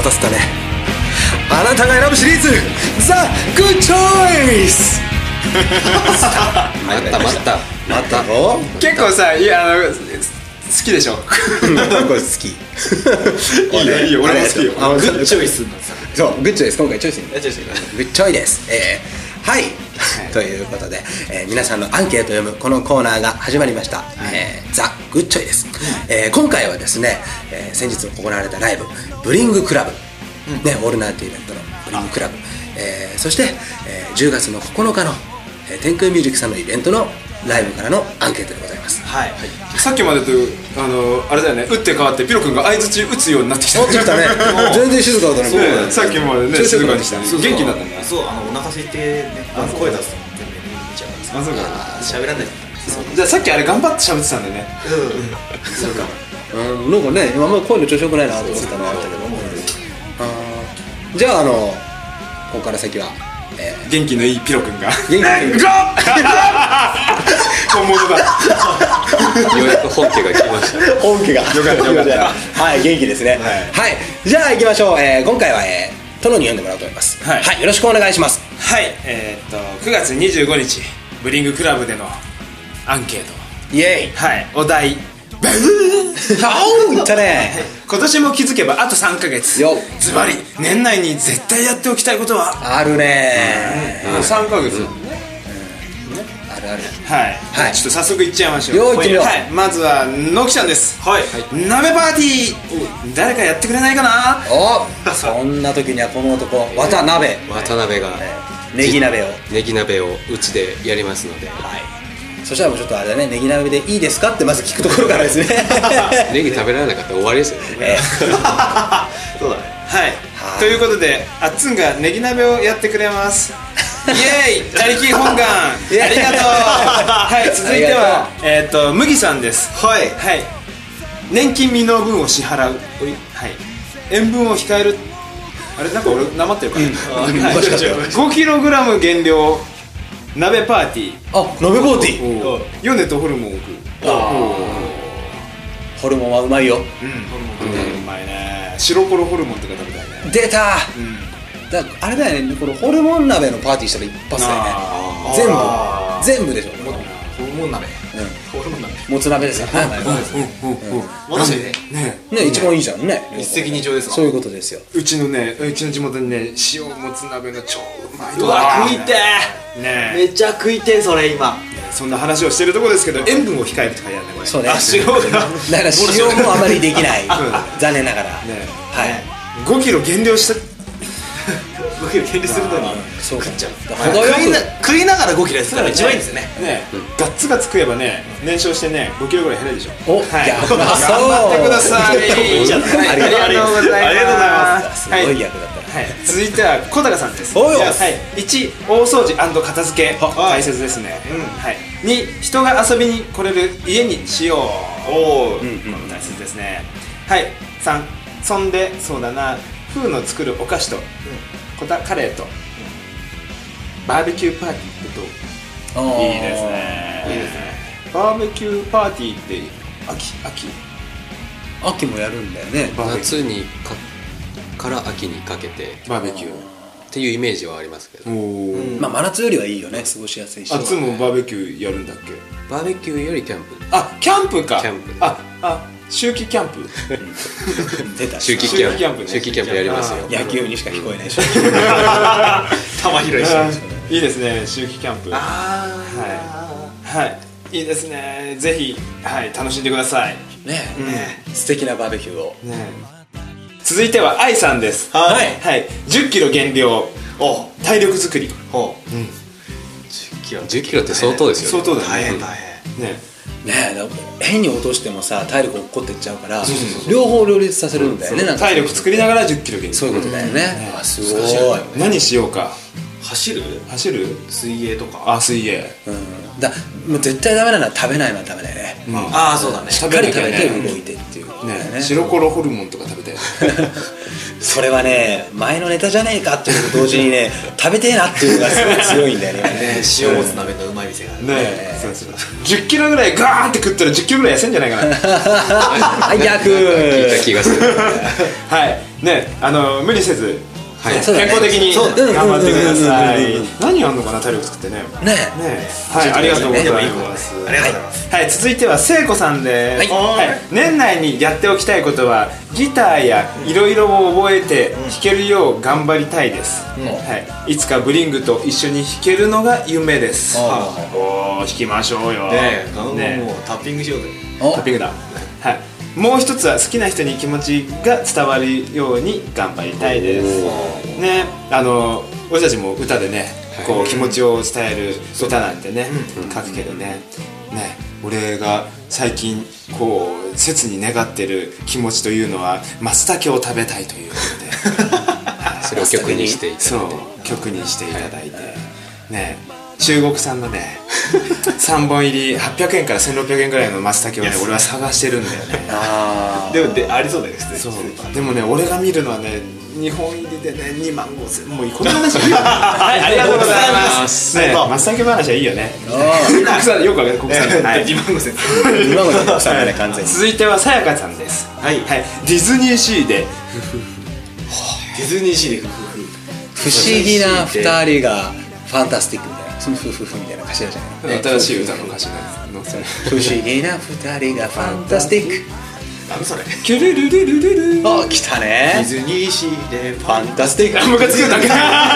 たすため、あなたが選ぶシリーズザ・グッドチョイス待ったお結構さ、いや好きでしょ。 これ好きいいよいいよ、俺も好きよ。 グッチョイスそうグッチョイス、今回チョイスにグッチョイです。はい、ということで、皆さんのアンケートを読むこのコーナーが始まりました、ザ・グッチョイです。今回はですね、先日行われたライブブリングクラブ、ね、オールナイトイベントのブリングクラブ、そして、10月の9日の、天空ミュージックさんのイベントのライブからのアンケートでございます。 はい、さっきまでとあれだよね、打って変わってピロ君が相づち打つようになってきた。 なってきたね全然静かだったね。 そうだね、さっきまでね静かにしたね。元気になったね。 そう、お腹空いてね、声出すと全部見ちゃうから。 あ、そうか。 喋らない。 じゃあさっきあれ頑張って喋ってたんだよね。 そうか。 なんかね、今まで声の調子良くないなと思ってたのはあったけど、じゃあここから先は元気のいいピロ君が元気に本物だ。 ようやく本家が来ました本家がよかったはい、元気ですね。はい、じゃあ行きましょう。今回は殿に読んでもらおうと思います。はい、よろしくお願いします。 はい、9月25日ブリングクラブでのアンケート、 イエーイ。 はい、お題いったね。 今年も気づけばあと3ヶ月。 よズバリ年内に絶対やっておきたいことは。 あるね。 3ヶ月、 あるある。 はい、ちょっと早速いっちゃいましょう。 よーい、行ってみよう。 はい、まずはのきちゃんです。はい、鍋パーティー誰かやってくれないかな。 お、そんな時にはこの男渡辺がネギ鍋をうちでやりますので、 そしたらもうちょっとあれだね、ネギ鍋でいいですかってまず聞くところからですね。 ネギ食べられなかったら終わりですよね。 そうだね。 はい、ということであっつんがネギ鍋をやってくれます。イエーイ、他力本願ありがとう。はい、続いては麦さんです。はい、年金未納分を支払う。はい、塩分を控える。あれ、なんか俺なまってるから。5kg 減量鍋パーティー。 あ、鍋パーティー。 ヨネとホルモンを食う。 ホルモンはうまいよ。 うまいね。白コロホルモンとか食べたいね。 出た。あれだよね、このホルモン鍋のパーティーしたら一発だよね。全部でしょ。 ホルモン鍋。 もつ鍋ですよ。 私ね、一番いいじゃんね。 一石二鳥ですか。 そういうことですよ。 うちの地元にね、塩もつ鍋の超うまい。 うわ、食いてーね。 めっちゃ食いてー、それ今。 そんな話をしてるとこですけど、塩分を控えるって書いてあるね、これ。 そうね。 あ、塩が。 だから塩もあまりできない。残念ながら。はい。 5キロ減量した。 5キロ減量するのにそうか。 食いながら5キロやってたら一番いいんですよね。 ね、ガッツガツ食えばね、燃焼してね、5キロぐらい減るでしょ。 お、 はい、 頑張ってください。 ありがとうございます。 すごい役だった。 続いては小高さんです。 およ。 1、大掃除&片付け大切ですね。2、人が遊びに来れる家にしよう。これも大切ですね。はい。3、そんでそうだな、風の作るお菓子とカレーとバーベキューパーティーってどう？いいですね。いいですね。バーベキューパーティーって秋もやるんだよね。 夏にから秋にかけてバーベキューっていうイメージはありますけど、 まあ真夏よりはいいよね、過ごしやすいし。 あっつもバーベキューやるんだっけ？ バーベキューよりキャンプ。 あ、キャンプか。 キャンプ。 秋季キャンプ。 出た。 秋季キャンプね。秋季キャンプやりますよ。 野球にしか聞こえないし。 玉広いし。 いいですね、秋季キャンプ。はい、いいですね。ぜひ楽しんでください。 ね、素敵なバーベキューを。 続いては愛さんです。はい、10キロ減量。体力作り。 10キロって相当ですよね。 相当だね。 大変。 ね、変に落としてもさ、体力落っこってっちゃうから、両方両立させるんだよね。 体力作りながら10キロ減量。 そういうことだよね。すごい。 何しようか。 走る？水泳とか。 水泳。 もう絶対ダメなのは食べないのはダメだよね。 そうだね。 しっかり食べて動いてっていう。 ね、白コロホルモンとか食べてそれはね前のネタじゃねえかっていうと同時にね食べてえなっていうのがすごい強いんだよね塩もつ鍋のうまい店があるね。そうそう10キロぐらいガーって食ったら10キロぐらい痩せんじゃないかな逆聞いた気がするはいね、無理せずはいそうだね健康的にそうだね頑張ってくださいうんうんうんうん。 何やんのかな体力作ってね。 ねはい、ありがとうございます。 ありがとうございますはい、続いては聖子さんで、 はい年内にやっておきたいことはギターやいろいろを覚えて弾けるよう頑張りたいです。はい、いつかブリングと一緒に弾けるのが夢です。おー、弾きましょうよ。 ねえ、もうねタッピングしようぜ。 おタッピングだ。はい。もう一つは好きな人に気持ちが伝わるように頑張りたいですね。俺たちも歌でね、こう気持ちを伝える歌なんてね、書くけどね、俺が最近こう切に願ってる気持ちというのは松茸を食べたいということでそれを曲にしていたそう曲にしていただいてね、中国産のね3本入り800円から1600円ぐらいの松茸をね俺は探してるんだよね。 でもありそうだよね。 そうでもね俺が見るのはね2本入りでね2万5000もうこんな話いいよはいありがとうございますね。松茸話はいいよね。国産よくわかる国産はい 2万5000 今までのさんがね完全に続いてはさやかさんです。 はいディズニーシーでディズニーシーで不思議な2人がファンタスティックみたいなそのフフフみたいな頭じゃない新しい歌の歌詞なんですの不思議な2人がファンタスティック何それ。 キュルルルルルルあ来たディねズニーシーでファンタスティックムカつくんだけ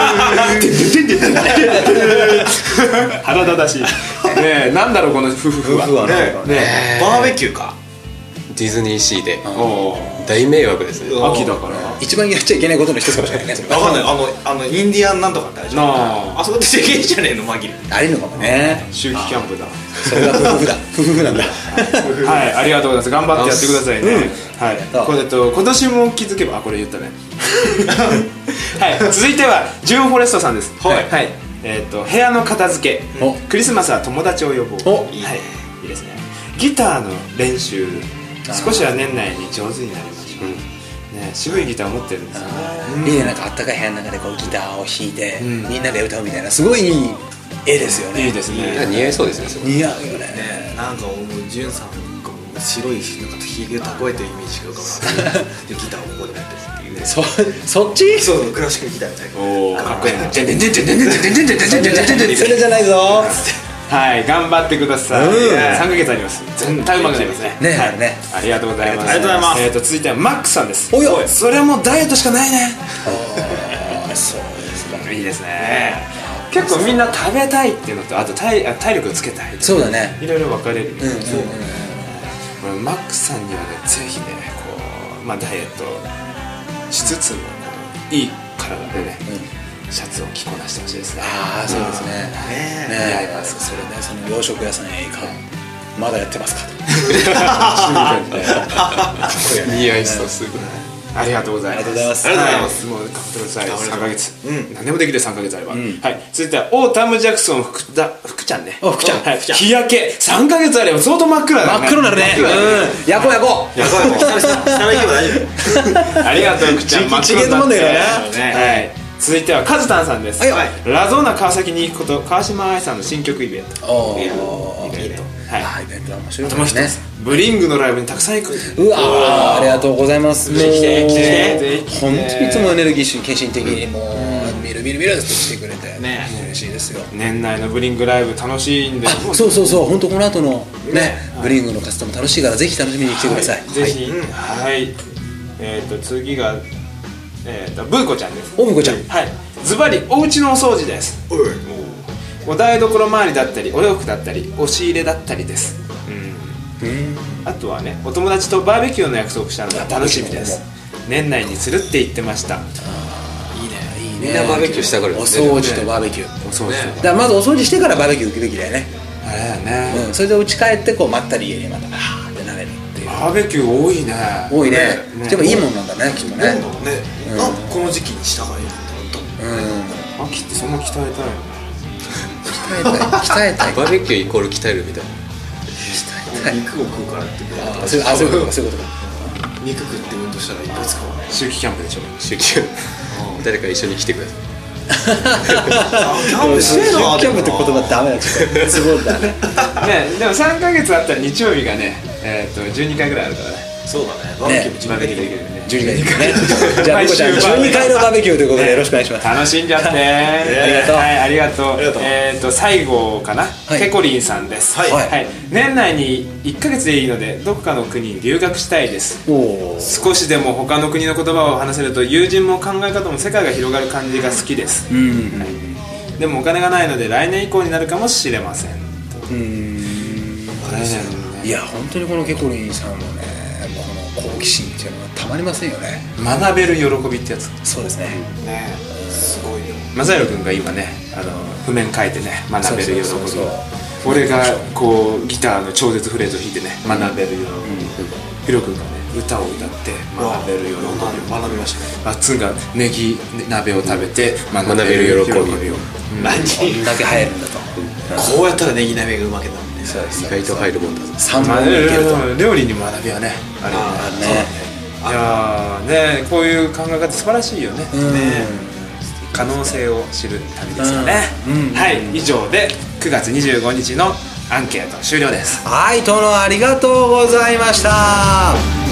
腹立たしいねえなんだろうこのフフフは夫婦はねねバーベキューか。 ディズニーシーでお大迷惑ですね。 秋だから一番やっちゃいけないことの一つかもしれないねそれわかんない。インディアンなんとかってあるじゃん。 なああそこって世間じゃねえの紛れ。 あるのかもね秋季キャンプだそれが夫婦だ夫婦なんだはいありがとうございます。頑張ってやってくださいね。はいこれ今年も気づけばこれ言ったねはい続いてはジューンフォレストさんです。はい部屋の片付けおクリスマスは友達を呼ぼう。 おはいいいですね。ギターの練習少しは年内に上手になりましょうね。渋いギターを持ってるんですよね。 いいねなんかあったかい部屋の中でこうギターを弾いてみんなで歌うみたいなすごいいい絵ですよねいいですね。 似合いそうですね。それ似合うよねね、なんかもうジュンさんが白いなんかひげ蓄えてるイメージが浮かぶなでギターをここで持ってるっていうね。 そっちそうクラシックギターみたいな。 おーかっこいいね。 それじゃないぞはい頑張ってください。3ヶ月あります。絶対うまくなりますね。 ねはいねありがとうございます。 ありがとうございます続いてはマックさんです。 およそれはもうダイエットしかないね。 そうですかいいですね。結構みんな食べたいっていうのとあと体力をつけたいとかそうだねいろいろ分かれる。 うんうんこれマックさんにはねぜひねこうダイエットしつつもこういい体でねシャツを着こなしてほしいですね。 ああそうですねねえそれねその洋食屋さんへ行かまだやってますか似合いそうすぐ。 ありがとうございます。 ありがとうございますはありがとうございますもう頑張ってください。3ヶ月。 うん何でもできる3ヶ月あれば。はい。続いてはオータムジャクソン福ちゃんね。 お福ちゃんはい。日焼け3ヶ月あれば相当真っ暗だよね。 真っ黒になるねうん焼こう焼こうやばいもう下行けば大丈夫。 ありがとう福ちゃん。 地形の問題だよねはい。続いてはカズタンさんです。 はいラゾーナ川崎に行くこと川島愛さんの新曲イベント。 おおイベント。はい。 イベントは面白いもう一つブリングのライブにたくさん行く。 うわーありがとうございますもう来てぜひ来て本当にいつもエネルギッシュ献身的にもう見るって言ってくれてね嬉しいですよ年内のブリングライブ楽しいんで。 そう本当この後のねブリングの活動も楽しいからぜひ楽しみに来てくださいぜひはい次がブーコちゃんです。 おぶこちゃんはいズバリお家のお掃除です。お台所周りだったりお洋服だったり押し入れだったりです。あとはねお友達とバーベキューの約束したのが楽しみです。年内にするって言ってました。 いいねみんなバーベキューしたがるんおですね。 掃除とバーベキューお掃除だからまずお掃除してからバーベキュー行くべきだよねあれだね。 それで家帰ってこうまったり家にまたはーってなれるっていうバーベキュー多いね。 多いねねでもいいもんなんだねきっとねなんだろうね。この時期にした方がいいんだ秋ってそんな鍛えたいの？ 鍛えたいバーベキューイコール鍛えるみたいな。 肉を食うからってそういうことか肉食って運動したらいっぱい使う。 秋季キャンプでしょ。 週休誰か一緒に来てください。 キャンプしてえな。 キャンプって言葉ダメだ、ちょっとツボだね。 ね、でも3ヶ月あったら日曜日がね、12回ぐらいあるからね。 そうだね。バーベキューも自バーベ分でできるキューできるね。 12回ね。じゃあ、みこちゃん、12回のバーベキューということでよろしくお願いします。 楽しんじゃって。 ありがとうはい、ありがとう。 ありがとう最後かな、 いケコリンさんです。 はい年内に1ヶ月でいいのでどこかの国に留学したいです。 おー。 少しでも他の国の言葉を話せると友人も考え方も世界が広がる感じが好きです。でもお金がないので来年以降になるかもしれません。来年ね。 いや、本当にこのケコリンさんのね、この好奇心っていうのはたまりませんよね。 学べる喜びってやつそうですね。 ね。 すごいよ。 マサイロ君が今ね、譜面書いてね、学べる喜び。 そうそうそうそう。 俺がこうギターの超絶フレーズを弾いてね、学べる喜び。ヒロ君がね、歌を歌って学べる喜びを学びましたね。 あっつんがネギ鍋を食べて学べべる喜びを。 る喜びこんだけ入るんだと。 こうやったらネギ鍋がうまくなるんで。 そうです。 意外と入るもんだぞ。 3本もいけると。 料理に学びはね、あるよね。 あるね。 いやーね、こういう考え方素晴らしいよね。可能性を知る旅ですよね。はい、以上で9月25日のアンケート終了です。 はい、殿ありがとうございました。